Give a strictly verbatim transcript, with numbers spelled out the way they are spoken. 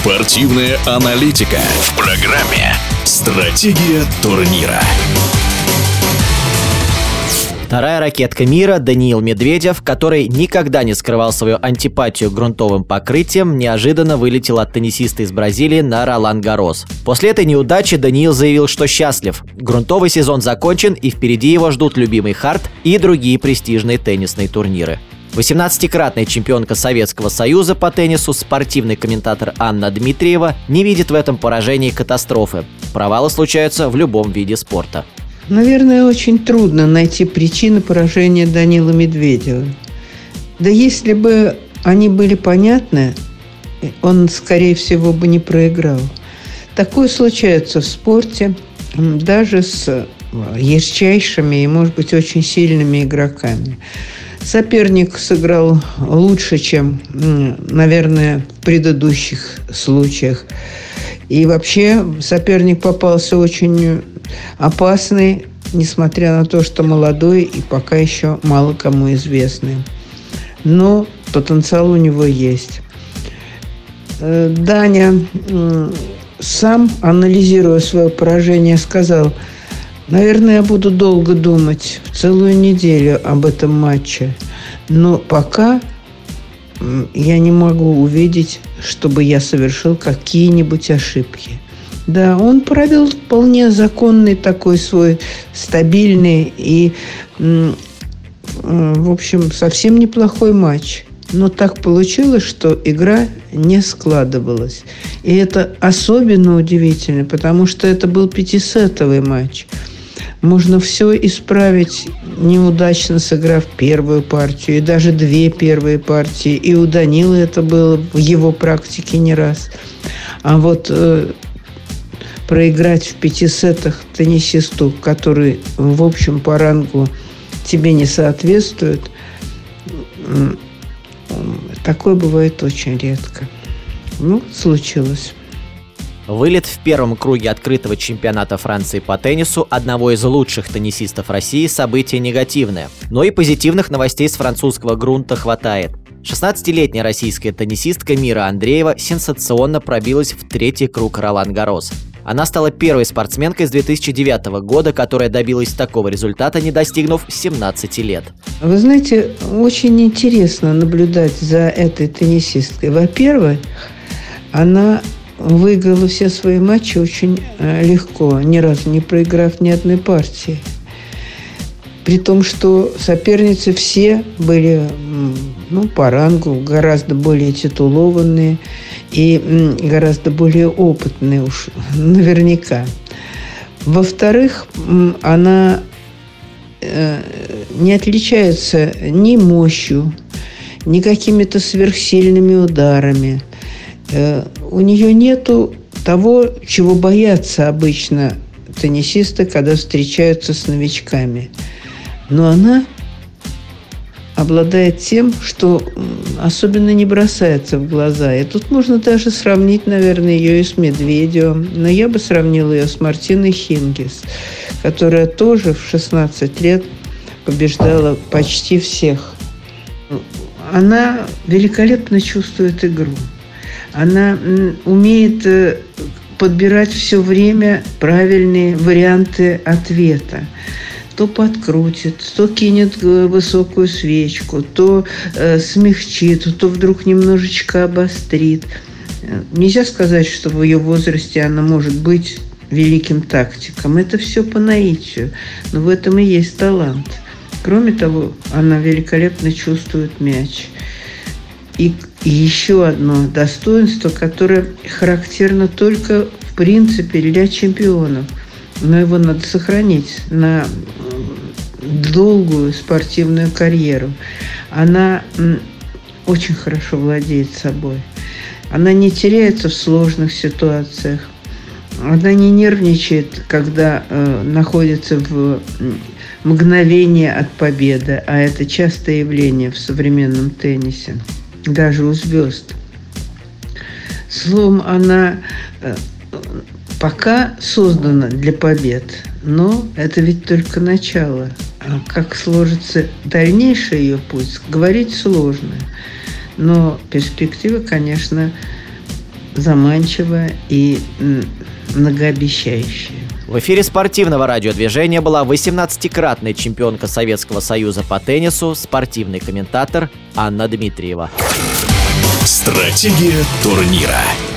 Спортивная аналитика в программе «Стратегия турнира». Вторая ракетка мира Даниил Медведев, который никогда не скрывал свою антипатию к грунтовым покрытиям, неожиданно вылетел от теннисиста из Бразилии на Ролан-Гаррос. После этой неудачи Даниил заявил, что счастлив. Грунтовый сезон закончен, и впереди его ждут любимый хард и другие престижные теннисные турниры. восемнадцатикратная чемпионка Советского Союза по теннису, спортивный комментатор Анна Дмитриева, не видит в этом поражении катастрофы. Провалы случаются в любом виде спорта. Наверное, очень трудно найти причины поражения Даниила Медведева. Да если бы они были понятны, он, скорее всего, бы не проиграл. Такое случается в спорте, даже с ярчайшими и, может быть, очень сильными игроками. Соперник сыграл лучше, чем, наверное, в предыдущих случаях. И вообще соперник попался очень опасный, несмотря на то, что молодой и пока еще мало кому известный. Но потенциал у него есть. Даня сам, анализируя свое поражение, сказал: наверное, я буду долго думать, целую неделю об этом матче. Но пока я не могу увидеть, чтобы я совершил какие-нибудь ошибки. Да, он провел вполне законный такой свой стабильный и, в общем, совсем неплохой матч. Но так получилось, что игра не складывалась. И это особенно удивительно, потому что это был пятисетовый матч. Можно все исправить, неудачно сыграв первую партию, и даже две первые партии. И у Данила это было в его практике не раз. А вот э, проиграть в пяти сетах теннисисту, который, в общем, по рангу тебе не соответствует, э, такое бывает очень редко. Ну, случилось. Вылет в первом круге открытого чемпионата Франции по теннису одного из лучших теннисистов России – событие негативное. Но и позитивных новостей с французского грунта хватает. шестнадцатилетняя российская теннисистка Мира Андреева сенсационно пробилась в третий круг Ролан-Гаррос. Она стала первой спортсменкой с две тысячи девятого года, которая добилась такого результата, не достигнув семнадцати лет. Вы знаете, очень интересно наблюдать за этой теннисисткой. Во-первых, она выиграла все свои матчи очень легко, ни разу не проиграв ни одной партии. При том, что соперницы все были, ну, по рангу гораздо более титулованные и гораздо более опытные уж наверняка. Во-вторых, она не отличается ни мощью, ни какими-то сверхсильными ударами. У нее нету того, чего боятся обычно теннисисты, когда встречаются с новичками. Но она обладает тем, что особенно не бросается в глаза. И тут можно даже сравнить, наверное, ее и с Медведевым. Но я бы сравнила ее с Мартиной Хингис, которая тоже в шестнадцать лет побеждала почти всех. Она великолепно чувствует игру. Она умеет подбирать все время правильные варианты ответа. То подкрутит, то кинет высокую свечку, то э, смягчит, то вдруг немножечко обострит. Нельзя сказать, что в ее возрасте она может быть великим тактиком. Это все по наитию. Но в этом и есть талант. Кроме того, она великолепно чувствует мяч. И, и еще одно достоинство, которое характерно только, в принципе, для чемпионов. Но его надо сохранить на долгую спортивную карьеру. Она очень хорошо владеет собой. Она не теряется в сложных ситуациях. Она не нервничает, когда э, находится в мгновении от победы. А это частое явление в современном теннисе, даже у звезд. Словом, она э, пока создана для побед, но это ведь только начало. А как сложится дальнейший ее путь, говорить сложно. Но перспективы, конечно, заманчивая и многообещающая. В эфире спортивного радиодвижения была восемнадцатикратная чемпионка Советского Союза по теннису, спортивный комментатор Анна Дмитриева. Стратегия турнира.